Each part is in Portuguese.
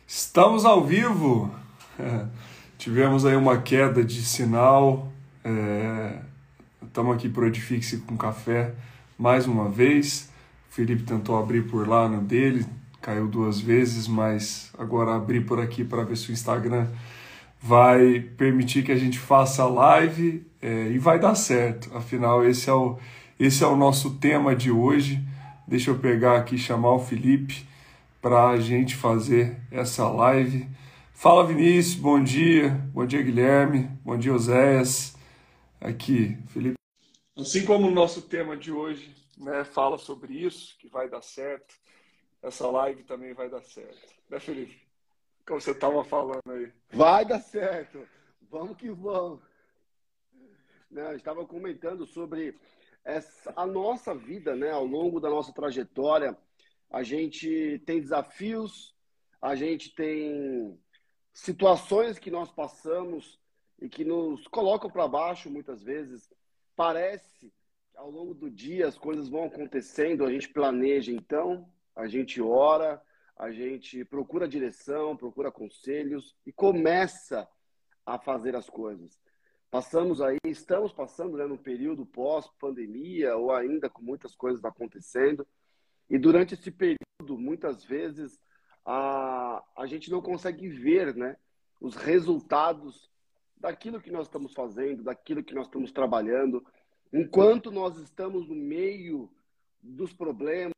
Estamos ao vivo. Tivemos aí uma queda de sinal. Estamos aqui para o Edifique com Café mais uma vez. O Felipe tentou abrir por lá no dele, caiu 2 vezes, mas agora abri por aqui para ver se o Instagram vai permitir que a gente faça a live e vai dar certo. Afinal, esse é o nosso tema de hoje. Deixa eu pegar aqui e chamar o Felipe para a gente fazer essa live. Fala, Vinícius, bom dia. Bom dia, Guilherme. Bom dia, Oséias. Aqui, Felipe. Assim como o nosso tema de hoje, né, fala sobre isso, que vai dar certo, essa live também vai dar certo. Né, Felipe? Como você estava falando aí. Vai dar certo. Vamos que vamos. Eu estava comentando sobre a nossa vida, né? Ao longo da nossa trajetória, a gente tem desafios, a gente tem situações que nós passamos e que nos colocam para baixo muitas vezes. Parece que ao longo do dia as coisas vão acontecendo, a gente planeja então, a gente ora, a gente procura direção, procura conselhos e começa a fazer as coisas. Estamos passando, né, num período pós-pandemia ou ainda com muitas coisas acontecendo. E durante esse período, muitas vezes, a gente não consegue ver, né, os resultados daquilo que nós estamos fazendo, daquilo que nós estamos trabalhando. Enquanto nós estamos no meio dos problemas.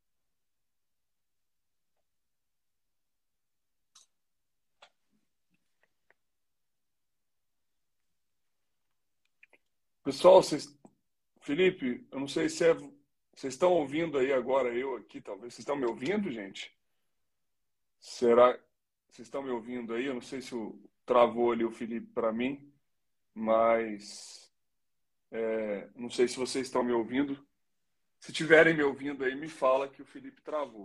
Pessoal, Felipe, eu não sei se vocês estão ouvindo aí agora, eu aqui, talvez. Vocês estão me ouvindo, gente? Será que vocês estão me ouvindo aí? Eu não sei se travou ali o Felipe para mim, mas não sei se vocês estão me ouvindo. Se estiverem me ouvindo aí, me fala que o Felipe travou.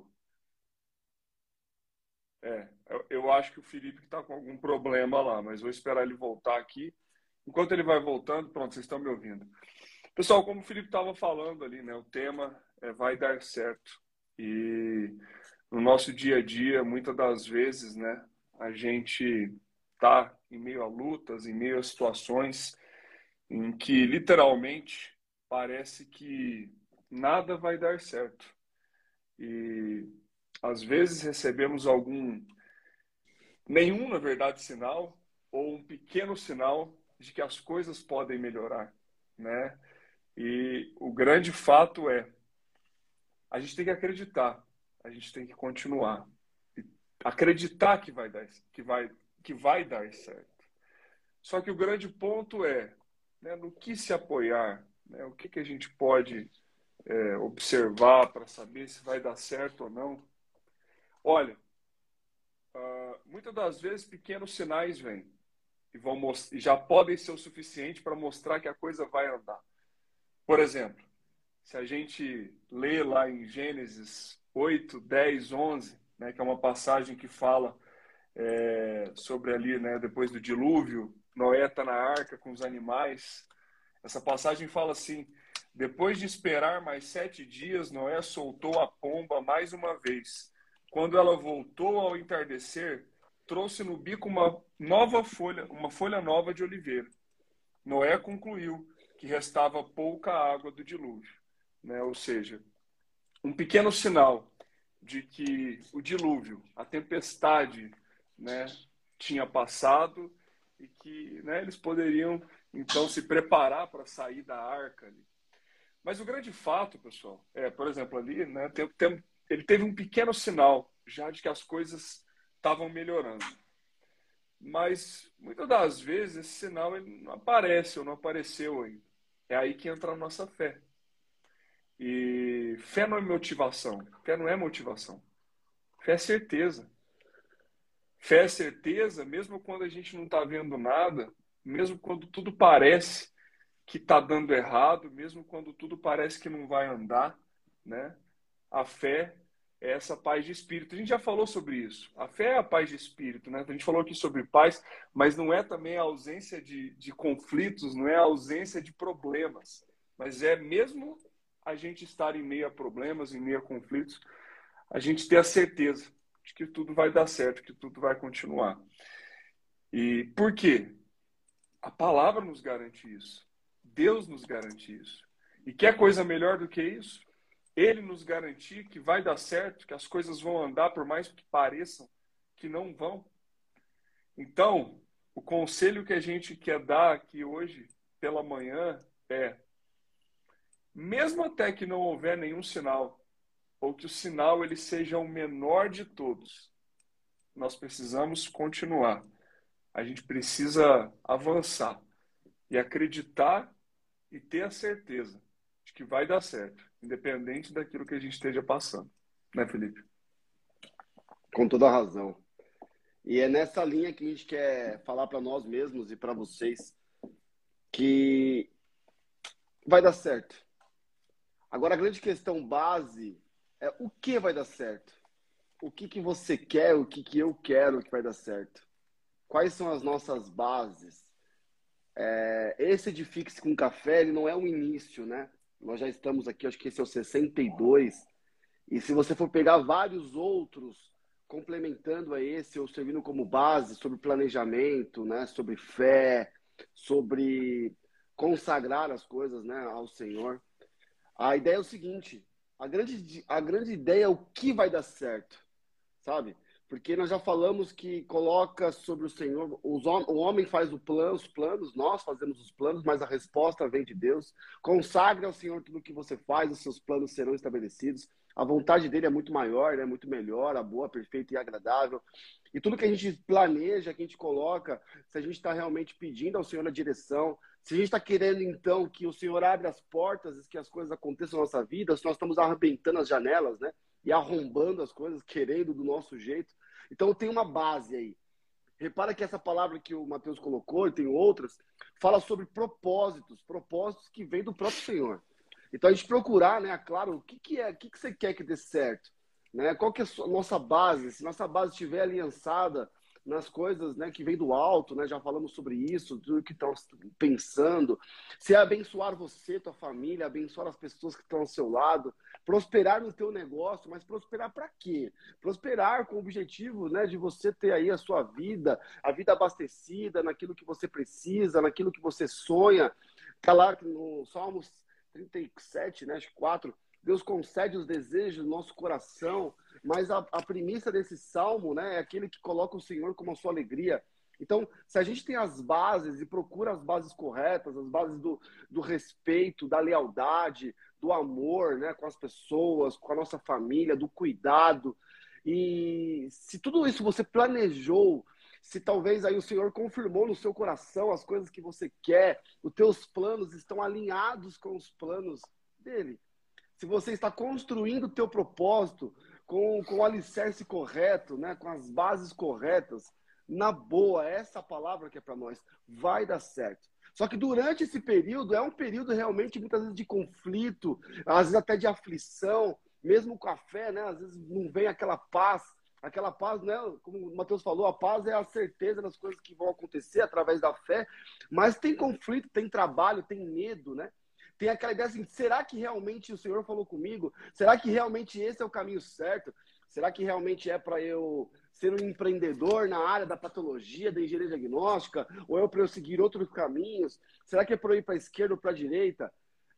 Eu acho que o Felipe está com algum problema lá, mas vou esperar ele voltar aqui. Enquanto ele vai voltando, pronto, vocês estão me ouvindo. Pessoal, como o Felipe estava falando ali, né? O tema vai dar certo. E no nosso dia a dia, muitas das vezes, né? A gente está em meio a lutas, em meio a situações em que literalmente parece que nada vai dar certo. E às vezes recebemos nenhum, na verdade, sinal ou um pequeno sinal de que as coisas podem melhorar, né? E o grande fato é, a gente tem que acreditar, a gente tem que continuar, e acreditar que vai dar certo. Só que o grande ponto é, né, no que se apoiar, né, o que a gente pode observar para saber se vai dar certo ou não. Olha, muitas das vezes pequenos sinais vêm e já podem ser o suficiente para mostrar que a coisa vai andar. Por exemplo, se a gente lê lá em Gênesis 8, 10, 11, né, que é uma passagem que fala sobre ali, né, depois do dilúvio, Noé está na arca com os animais. Essa passagem fala assim: depois de esperar mais 7 dias, Noé soltou a pomba mais uma vez. Quando ela voltou ao entardecer, trouxe no bico uma folha nova de oliveira. Noé concluiu que restava pouca água do dilúvio, né? Ou seja, um pequeno sinal de que o dilúvio, a tempestade, né, tinha passado e que, né, eles poderiam então se preparar para sair da arca ali. Mas o grande fato, pessoal, por exemplo, ali, né, ele teve um pequeno sinal já de que as coisas estavam melhorando. Mas muitas das vezes esse sinal ele não aparece ou não apareceu ainda. É aí que entra a nossa fé. E fé não é motivação. Fé não é motivação. Fé é certeza. Fé é certeza, mesmo quando a gente não está vendo nada, mesmo quando tudo parece que está dando errado, mesmo quando tudo parece que não vai andar, né? A fé é essa paz de espírito. A gente já falou sobre isso. A fé é a paz de espírito, né? A gente falou aqui sobre paz, mas não é também a ausência de conflitos, não é a ausência de problemas, mas é mesmo a gente estar em meio a problemas, em meio a conflitos, a gente ter a certeza de que tudo vai dar certo, que tudo vai continuar. E por quê? A palavra nos garante isso. Deus nos garante isso. E quer coisa melhor do que isso? Ele nos garantir que vai dar certo, que as coisas vão andar, por mais que pareçam que não vão. Então, o conselho que a gente quer dar aqui hoje, pela manhã, é: mesmo até que não houver nenhum sinal, ou que o sinal ele seja o menor de todos, nós precisamos continuar. A gente precisa avançar e acreditar e ter a certeza de que vai dar certo, independente daquilo que a gente esteja passando. Né, Felipe? Com toda a razão. E é nessa linha que a gente quer falar para nós mesmos e para vocês que vai dar certo. Agora, a grande questão base é o que vai dar certo. O que você quer, o que eu quero que vai dar certo. Quais são as nossas bases? Esse Edifique-se com Café, ele não é o início, né? Nós já estamos aqui, acho que esse é o 62. E se você for pegar vários outros complementando a esse ou servindo como base sobre planejamento, né? Sobre fé, sobre consagrar as coisas, né? Ao Senhor. A ideia é o seguinte, a grande ideia é o que vai dar certo, sabe? Porque nós já falamos que coloca sobre o Senhor, o homem faz os planos, nós fazemos os planos, mas a resposta vem de Deus. Consagre ao Senhor tudo o que você faz, os seus planos serão estabelecidos. A vontade dele é muito maior, é muito melhor, a boa, perfeita e agradável. E tudo que a gente planeja, que a gente coloca, se a gente está realmente pedindo ao Senhor a direção, se a gente está querendo, então, que o Senhor abra as portas e que as coisas aconteçam na nossa vida, se nós estamos arrebentando as janelas, né? E arrombando as coisas, querendo do nosso jeito. Então, tem uma base aí. Repara que essa palavra que o Mateus colocou, e tem outras, fala sobre propósitos, propósitos que vêm do próprio Senhor. Então, a gente procurar, né, claro, o que você quer que dê certo? Né? Qual que é a nossa base? Se nossa base estiver aliançada nas coisas, né, que vem do alto, né, já falamos sobre isso, tudo que estão pensando, se é abençoar você, tua família, abençoar as pessoas que estão ao seu lado, prosperar no teu negócio, mas prosperar para quê? Prosperar com o objetivo, né, de você ter aí a sua vida, a vida abastecida, naquilo que você precisa, naquilo que você sonha. Está lá no Salmos 37, né, 4, Deus concede os desejos do nosso coração, mas a premissa desse salmo, né, é aquele que coloca o Senhor como a sua alegria. Então, se a gente tem as bases e procura as bases corretas, as bases do respeito, da lealdade, do amor, né, com as pessoas, com a nossa família, do cuidado, e se tudo isso você planejou, se talvez aí o Senhor confirmou no seu coração as coisas que você quer, os teus planos estão alinhados com os planos dele. Se você está construindo o teu propósito com o alicerce correto, né, com as bases corretas, na boa, essa palavra que é para nós, vai dar certo. Só que durante esse período, é um período realmente muitas vezes de conflito, às vezes até de aflição, mesmo com a fé, né, às vezes não vem aquela paz, né, como o Mateus falou, a paz é a certeza das coisas que vão acontecer através da fé, mas tem conflito, tem trabalho, tem medo, né? Tem aquela ideia assim, será que realmente o Senhor falou comigo? Será que realmente esse é o caminho certo? Será que realmente é para eu ser um empreendedor na área da patologia, da engenharia diagnóstica? Ou é para eu seguir outros caminhos? Será que é para eu ir para a esquerda ou para a direita?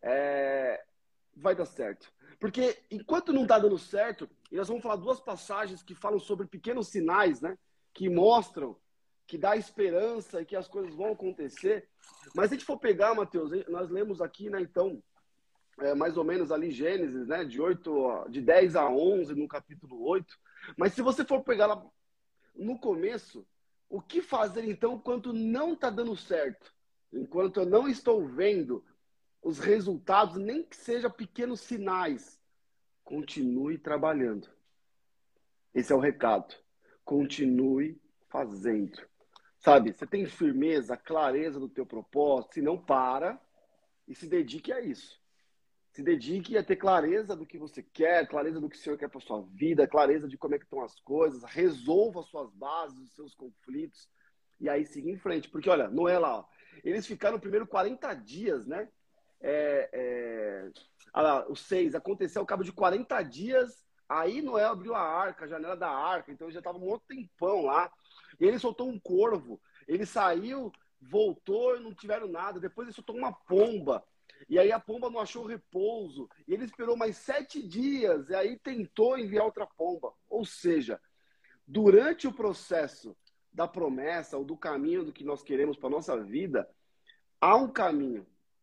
Vai dar certo. Porque enquanto não está dando certo, e nós vamos falar duas passagens que falam sobre pequenos sinais, né? Que mostram, que dá esperança e que as coisas vão acontecer. Mas se a gente for pegar, Mateus, nós lemos aqui, né, então, mais ou menos ali Gênesis, né, de 10 a 11 no capítulo 8. Mas se você for pegar lá no começo, o que fazer então enquanto não está dando certo? Enquanto eu não estou vendo os resultados, nem que seja pequenos sinais, continue trabalhando. Esse é o recado. Continue fazendo. Sabe, você tem firmeza, clareza do teu propósito, se não para e se dedique a isso. Se dedique a ter clareza do que você quer, clareza do que o Senhor quer para sua vida, clareza de como é que estão as coisas, resolva as suas bases, os seus conflitos, e aí siga em frente. Porque, olha, Noé lá, ó, eles ficaram primeiro 40 dias, né? Os 6, aconteceu ao cabo de 40 dias, Aí Noé abriu a arca, a janela da arca, então ele já estava um outro tempão lá. E ele soltou um corvo. Ele saiu, voltou e não tiveram nada. Depois ele soltou uma pomba. E aí a pomba não achou repouso. E ele esperou mais 7 dias. E aí tentou enviar outra pomba. Ou seja, durante o processo da promessa ou do caminho do que nós queremos para a nossa vida, há um caminho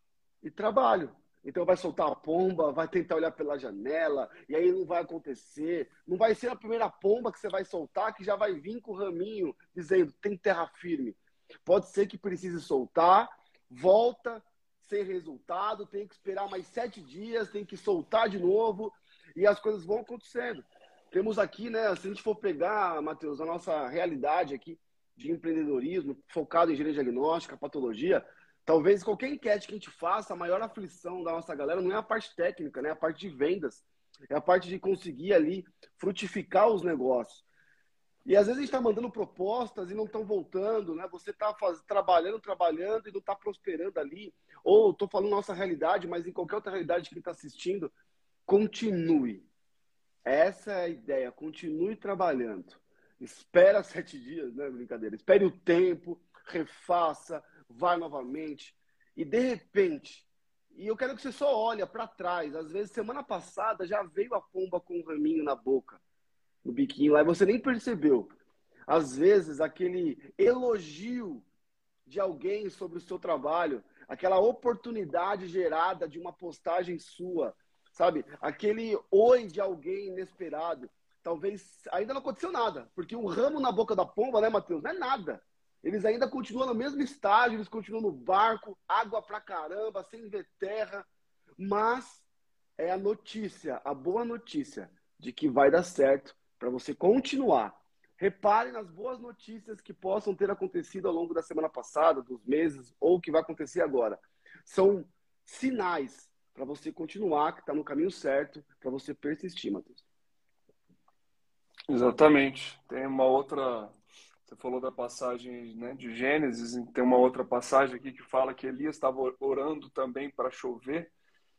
e trabalho. Então vai soltar a pomba, vai tentar olhar pela janela, e aí não vai acontecer. Não vai ser a primeira pomba que você vai soltar que já vai vir com o raminho dizendo tem terra firme. Pode ser que precise soltar, volta sem resultado, tem que esperar mais 7 dias, tem que soltar de novo, e as coisas vão acontecendo. Temos aqui, né, se a gente for pegar, Matheus, a nossa realidade aqui de empreendedorismo, focado em engenharia diagnóstica, patologia, talvez qualquer enquete que a gente faça, a maior aflição da nossa galera não é a parte técnica, né? É a parte de vendas. É a parte de conseguir ali frutificar os negócios. E às vezes a gente está mandando propostas e não estão voltando, né? Você está trabalhando e não está prosperando ali. Ou estou falando nossa realidade, mas em qualquer outra realidade que está assistindo, continue. Essa é a ideia, continue trabalhando. Espera 7 dias, né? Brincadeira. Espere o tempo, refaça, vai novamente. E de repente, e eu quero que você só olhe para trás. Às vezes, semana passada já veio a pomba com um raminho na boca, no biquinho lá, e você nem percebeu. Às vezes, aquele elogio de alguém sobre o seu trabalho, aquela oportunidade gerada de uma postagem sua, sabe? Aquele oi de alguém inesperado. Talvez ainda não aconteceu nada, porque um ramo na boca da pomba, né, Matheus? Não é nada. Eles ainda continuam no mesmo estágio, eles continuam no barco, água pra caramba, sem ver terra, mas é a notícia, a boa notícia de que vai dar certo para você continuar. Repare nas boas notícias que possam ter acontecido ao longo da semana passada, dos meses, ou que vai acontecer agora. São sinais para você continuar, que está no caminho certo, para você persistir, Matheus. Exatamente. Tem uma outra. Você falou da passagem, né, de Gênesis, e tem uma outra passagem aqui que fala que Elias estava orando também para chover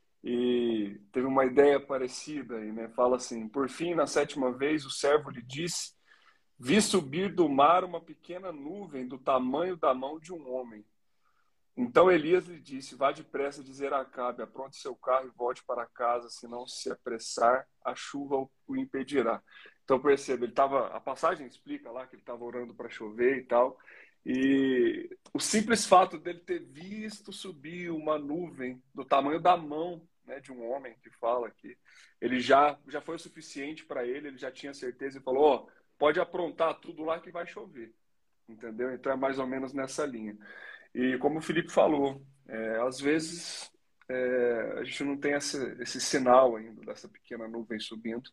e teve uma ideia parecida aí, né? Fala assim: por fim, na 7ª vez, o servo lhe disse: vi subir do mar uma pequena nuvem do tamanho da mão de um homem. Então Elias lhe disse: vá depressa dizer a Acabe, apronte seu carro e volte para casa, se não se apressar, a chuva o impedirá. Então perceba, a passagem explica lá que ele estava orando para chover e tal, e o simples fato dele ter visto subir uma nuvem do tamanho da mão, né, de um homem, que fala que ele já foi o suficiente para ele já tinha certeza e falou: ó, pode aprontar tudo lá que vai chover, entendeu? Então é mais ou menos nessa linha. E como o Felipe falou, às vezes a gente não tem esse sinal ainda dessa pequena nuvem subindo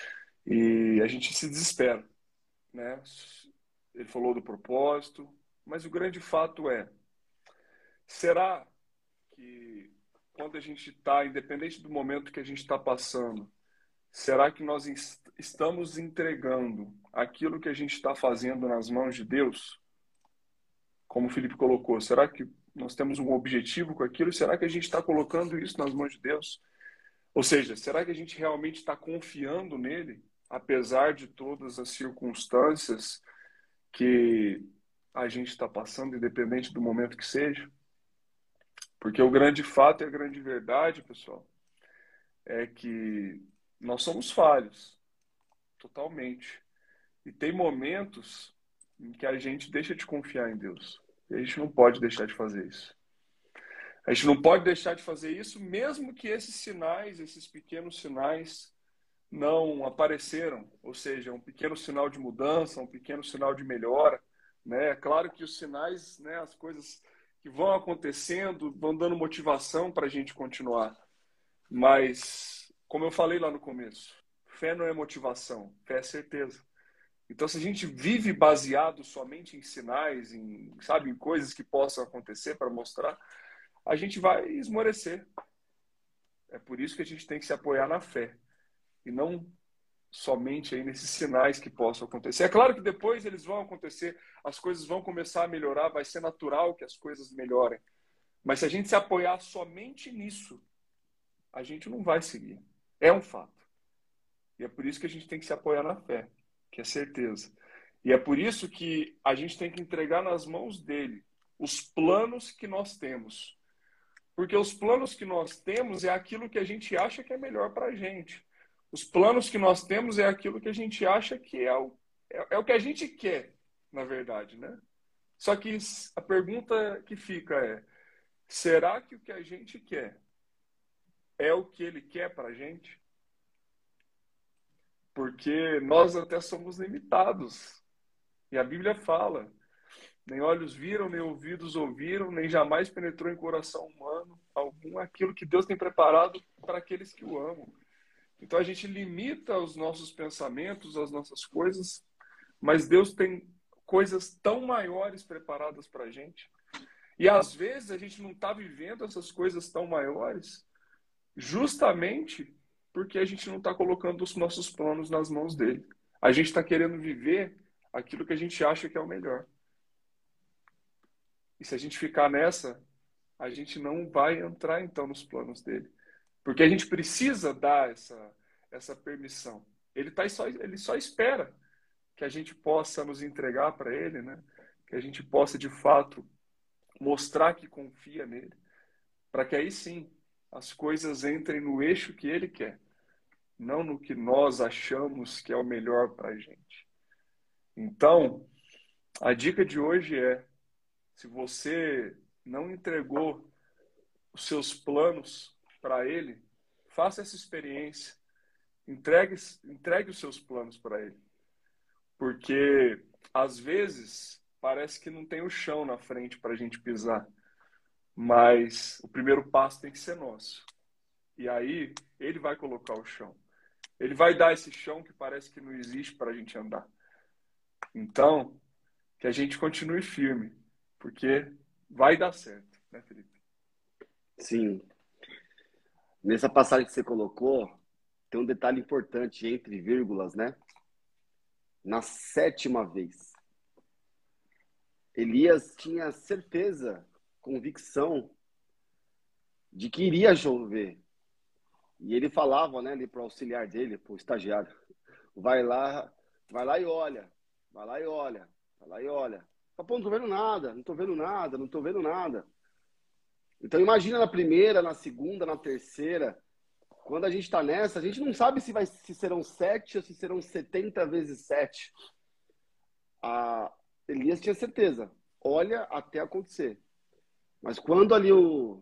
e a gente se desespera, né? Ele falou do propósito, mas o grande fato será que quando a gente está, independente do momento que a gente está passando, será que nós estamos entregando aquilo que a gente está fazendo nas mãos de Deus? Como o Felipe colocou, será que nós temos um objetivo com aquilo? Será que a gente está colocando isso nas mãos de Deus? Ou seja, será que a gente realmente está confiando nele, apesar de todas as circunstâncias que a gente está passando, independente do momento que seja? Porque o grande fato e a grande verdade, pessoal, é que nós somos falhos, totalmente. E tem momentos em que a gente deixa de confiar em Deus. E a gente não pode deixar de fazer isso. A gente não pode deixar de fazer isso, mesmo que esses sinais, esses pequenos sinais, não apareceram. Ou seja, um pequeno sinal de mudança, um pequeno sinal de melhora. Né? É claro que os sinais, né, as coisas que vão acontecendo, vão dando motivação para a gente continuar. Mas, como eu falei lá no começo, fé não é motivação, fé é certeza. Então, se a gente vive baseado somente em sinais, em coisas que possam acontecer para mostrar, a gente vai esmorecer. É por isso que a gente tem que se apoiar na fé e não somente aí nesses sinais que possam acontecer. É claro que depois eles vão acontecer, as coisas vão começar a melhorar, vai ser natural que as coisas melhorem. Mas se a gente se apoiar somente nisso, a gente não vai seguir. É um fato. E é por isso que a gente tem que se apoiar na fé, que é certeza. E é por isso que a gente tem que entregar nas mãos dele os planos que nós temos. Porque os planos que nós temos é aquilo que a gente acha que é melhor para a gente. Os planos que nós temos é aquilo que a gente acha que é o que a gente quer, na verdade, né? Só que a pergunta que fica é: será que o que a gente quer é o que ele quer para a gente? Porque nós até somos limitados. E a Bíblia fala: nem olhos viram, nem ouvidos ouviram, nem jamais penetrou em coração humano algum aquilo que Deus tem preparado para aqueles que o amam. Então a gente limita os nossos pensamentos, as nossas coisas, mas Deus tem coisas tão maiores preparadas para a gente. E às vezes a gente não está vivendo essas coisas tão maiores justamente porque a gente não está colocando os nossos planos nas mãos dele. A gente está querendo viver aquilo que a gente acha que é o melhor. E se a gente ficar nessa, a gente não vai entrar então nos planos dele. Porque a gente precisa dar essa permissão. Ele só espera que a gente possa nos entregar para ele, né? Que a gente possa de fato mostrar que confia nele, para que aí sim as coisas entrem no eixo que ele quer, não no que nós achamos que é o melhor para a gente. Então, a dica de hoje é: se você não entregou os seus planos para ele, faça essa experiência. Entregue os seus planos para ele. Porque, às vezes, parece que não tem o chão na frente para a gente pisar. Mas o primeiro passo tem que ser nosso. E aí, ele vai colocar o chão. Ele vai dar esse chão que parece que não existe para a gente andar. Então, que a gente continue firme. Porque vai dar certo, né, Felipe? Sim. Nessa passagem que você colocou, tem um detalhe importante entre vírgulas, né? Na sétima vez, Elias tinha certeza, convicção de que iria chover. E ele falava, né, ali para o auxiliar dele, para o estagiário: vai lá e olha, vai lá e olha, vai lá e olha. Pô, não tô vendo nada, não tô vendo nada, não tô vendo nada. Então imagina na primeira, na segunda, na terceira, quando a gente está nessa, a gente não sabe se serão 7 ou se serão 70 vezes 7. A Elias tinha certeza, olha até acontecer. Mas quando ali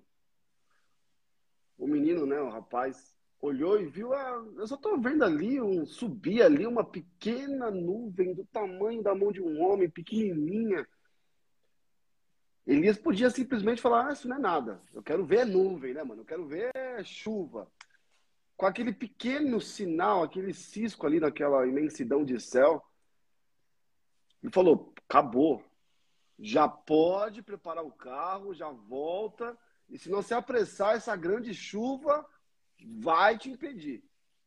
o menino, né, o rapaz, olhou e viu, eu só estou vendo ali, subir ali uma pequena nuvem do tamanho da mão de um homem, pequenininha. Elias podia simplesmente falar: isso não é nada, eu quero ver nuvem, né, mano? Eu quero ver chuva. Com aquele pequeno sinal, aquele cisco ali naquela imensidão de céu, ele falou: acabou, já pode preparar o carro, já volta, e se não se apressar, essa grande chuva vai te impedir.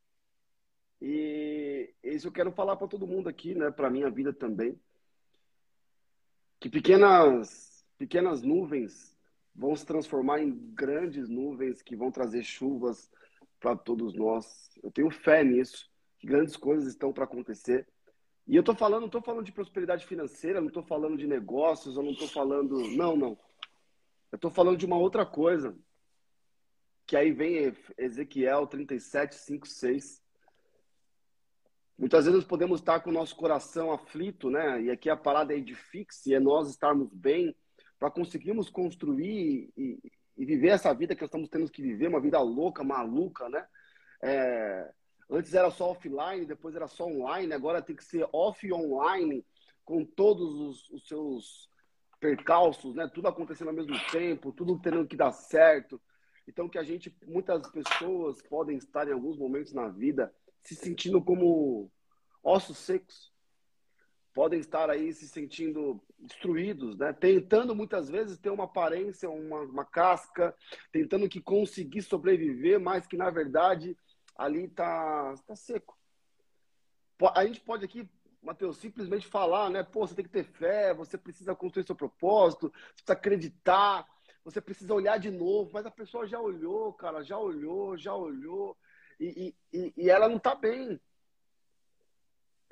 E isso eu quero falar para todo mundo aqui, né, para minha vida também, que pequenas nuvens vão se transformar em grandes nuvens que vão trazer chuvas para todos nós. Eu tenho fé nisso, que grandes coisas estão para acontecer. E eu tô falando, não estou falando de prosperidade financeira, não estou falando de negócios, eu não estou falando, não. Eu estou falando de uma outra coisa, que aí vem Ezequiel 37, 5, 6. Muitas vezes nós podemos estar com o nosso coração aflito, né? E aqui a parada é edifique-se, é nós estarmos bem para conseguirmos construir e viver essa vida que nós estamos tendo que viver, uma vida louca, maluca, né? Antes era só offline, depois era só online, agora tem que ser off e online, com todos os seus percalços, né? Tudo acontecendo ao mesmo tempo, tudo tendo que dar certo. Então, que a gente, muitas pessoas podem estar em alguns momentos na vida se sentindo como ossos secos, podem estar aí se sentindo destruídos, né? Tentando muitas vezes ter uma aparência, uma casca, tentando que conseguir sobreviver, mas que na verdade ali tá seco. A gente pode aqui, Mateus, simplesmente falar, né? Pô, você tem que ter fé, você precisa construir seu propósito, você precisa acreditar, você precisa olhar de novo, mas a pessoa já olhou, cara, já olhou, e ela não tá bem.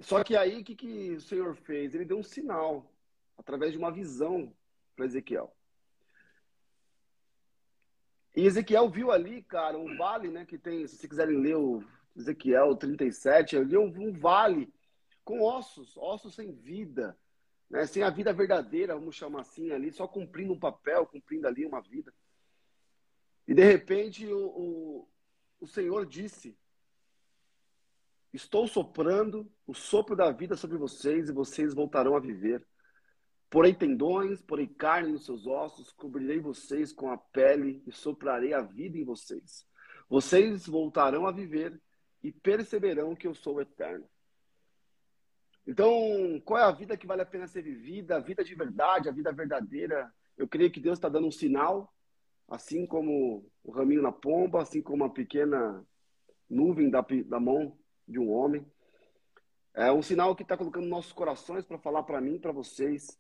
Só que aí, o que, que o Senhor fez? Ele deu um sinal, através de uma visão para Ezequiel. E Ezequiel viu ali, cara, um vale, né, que tem, se vocês quiserem ler o Ezequiel 37, ali um vale com ossos, ossos sem vida, né, sem a vida verdadeira, vamos chamar assim, ali, só cumprindo um papel, cumprindo ali uma vida. E de repente o Senhor disse: estou soprando o sopro da vida sobre vocês e vocês voltarão a viver. Porei tendões, porei carne nos seus ossos, cobrirei vocês com a pele e soprarei a vida em vocês. Vocês voltarão a viver e perceberão que eu sou o eterno. Então, qual é a vida que vale a pena ser vivida? A vida de verdade, a vida verdadeira. Eu creio que Deus está dando um sinal, assim como o raminho na pomba, assim como uma pequena nuvem da mão de um homem. É um sinal que está colocando nossos corações para falar para mim, para vocês,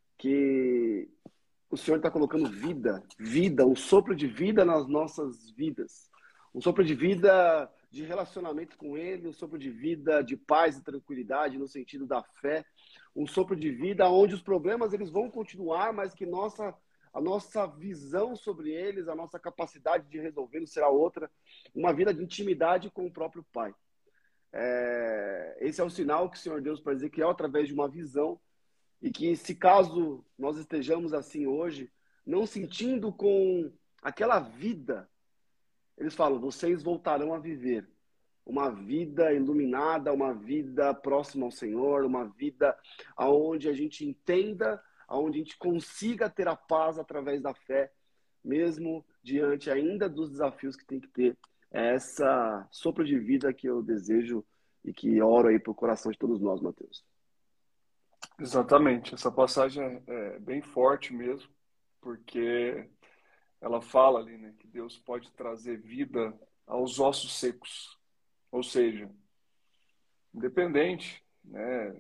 que o Senhor está colocando vida, um sopro de vida nas nossas vidas. Um sopro de vida de relacionamento com Ele, um sopro de vida de paz e tranquilidade no sentido da fé. Um sopro de vida onde os problemas eles vão continuar, mas que a nossa visão sobre eles, a nossa capacidade de resolvê-los será outra. Uma vida de intimidade com o próprio Pai. Esse é o sinal que o Senhor Deus para Ezequiel através de uma visão. E que se caso nós estejamos assim hoje, não sentindo com aquela vida, eles falam, vocês voltarão a viver uma vida iluminada, uma vida próxima ao Senhor, uma vida onde a gente entenda, onde a gente consiga ter a paz através da fé, mesmo diante ainda dos desafios que tem que ter. É essa sopro de vida que eu desejo e que oro aí para o coração de todos nós, Mateus. Exatamente, essa passagem é bem forte mesmo, porque ela fala ali, né, que Deus pode trazer vida aos ossos secos, ou seja, independente, né,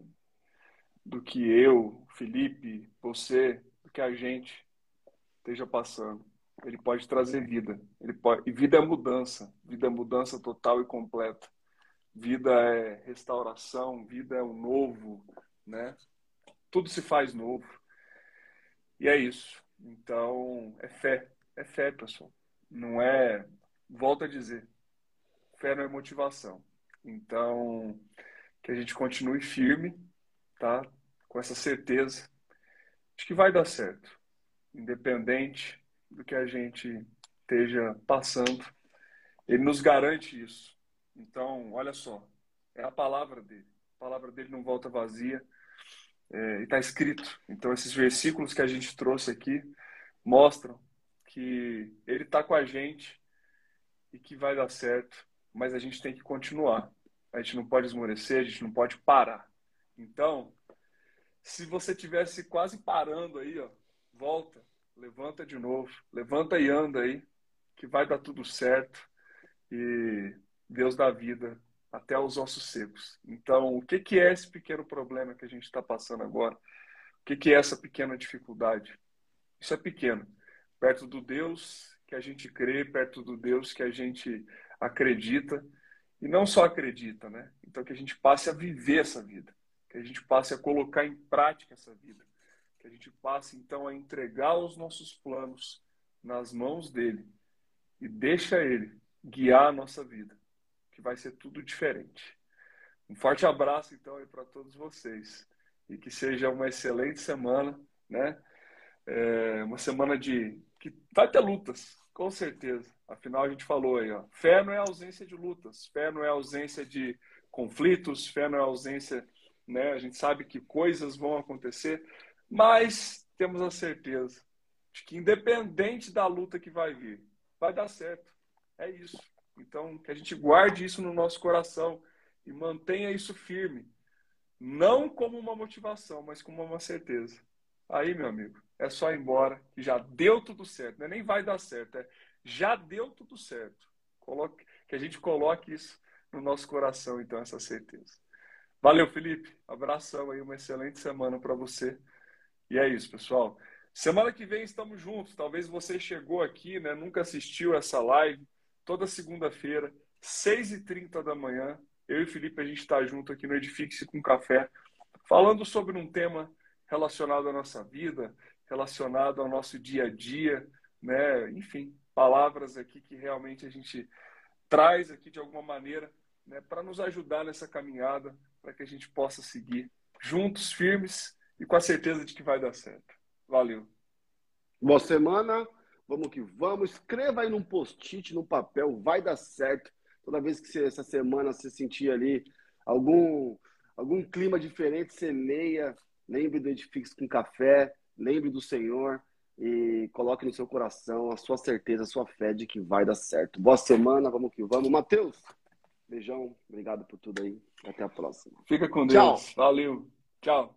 do que eu, Felipe, você, do que a gente esteja passando, ele pode trazer vida. E vida é mudança total e completa. Vida é restauração, vida é o novo, né? Tudo se faz novo. E é isso. Então, é fé, pessoal. Não é, volto a dizer, fé não é motivação. Então, que a gente continue firme, tá? Com essa certeza de que vai dar certo, independente do que a gente esteja passando. Ele nos garante isso. Então, olha só, é a palavra dele. A palavra dele não volta vazia, e está escrito. Então, esses versículos que a gente trouxe aqui mostram que ele está com a gente e que vai dar certo, mas a gente tem que continuar. A gente não pode esmorecer, a gente não pode parar. Então, se você tivesse quase parando aí, ó, volta, levanta de novo, levanta e anda aí, que vai dar tudo certo e Deus dá vida até os ossos secos. Então, o que que é esse pequeno problema que a gente está passando agora? O que que é essa pequena dificuldade? Isso é pequeno, perto do Deus que a gente crê, perto do Deus que a gente acredita, e não só acredita, né? Então, que a gente passe a viver essa vida, que a gente passe a colocar em prática essa vida, que a gente passe, então, a entregar os nossos planos nas mãos dele e deixa ele guiar a nossa vida, que vai ser tudo diferente. Um forte abraço, então, aí para todos vocês e que seja uma excelente semana, né? Uma semana que vai ter lutas, com certeza. Afinal, a gente falou aí, ó, fé não é ausência de lutas, fé não é ausência de conflitos, fé não é ausência, né? A gente sabe que coisas vão acontecer, mas temos a certeza de que independente da luta que vai vir, vai dar certo. É isso. Então, que a gente guarde isso no nosso coração e mantenha isso firme, não como uma motivação, mas como uma certeza. Aí, meu amigo, é só ir embora, que já deu tudo certo. Não é nem vai dar certo, já deu tudo certo. Que a gente coloque isso no nosso coração, então, essa certeza. Valeu, Felipe. Abração aí, uma excelente semana para você. E é isso, pessoal. Semana que vem estamos juntos. Talvez você chegou aqui, né? Nunca assistiu essa live. Toda segunda-feira, 6h30 da manhã, eu e o Felipe, a gente está junto aqui no Edifique-se com Café, falando sobre um tema relacionado à nossa vida, relacionado ao nosso dia a dia, né? Enfim, palavras aqui que realmente a gente traz aqui de alguma maneira, né, para nos ajudar nessa caminhada, para que a gente possa seguir juntos, firmes e com a certeza de que vai dar certo. Valeu. Boa semana, vamos que vamos. Escreva aí num post-it, num papel, vai dar certo. Toda vez que essa semana você sentir ali algum clima diferente, você leia, lembre do Edifique com Café, lembre do Senhor e coloque no seu coração a sua certeza, a sua fé de que vai dar certo. Boa semana, vamos que vamos. Matheus, beijão, obrigado por tudo aí. Até a próxima. Fica com Tchau. Deus. Valeu. Tchau.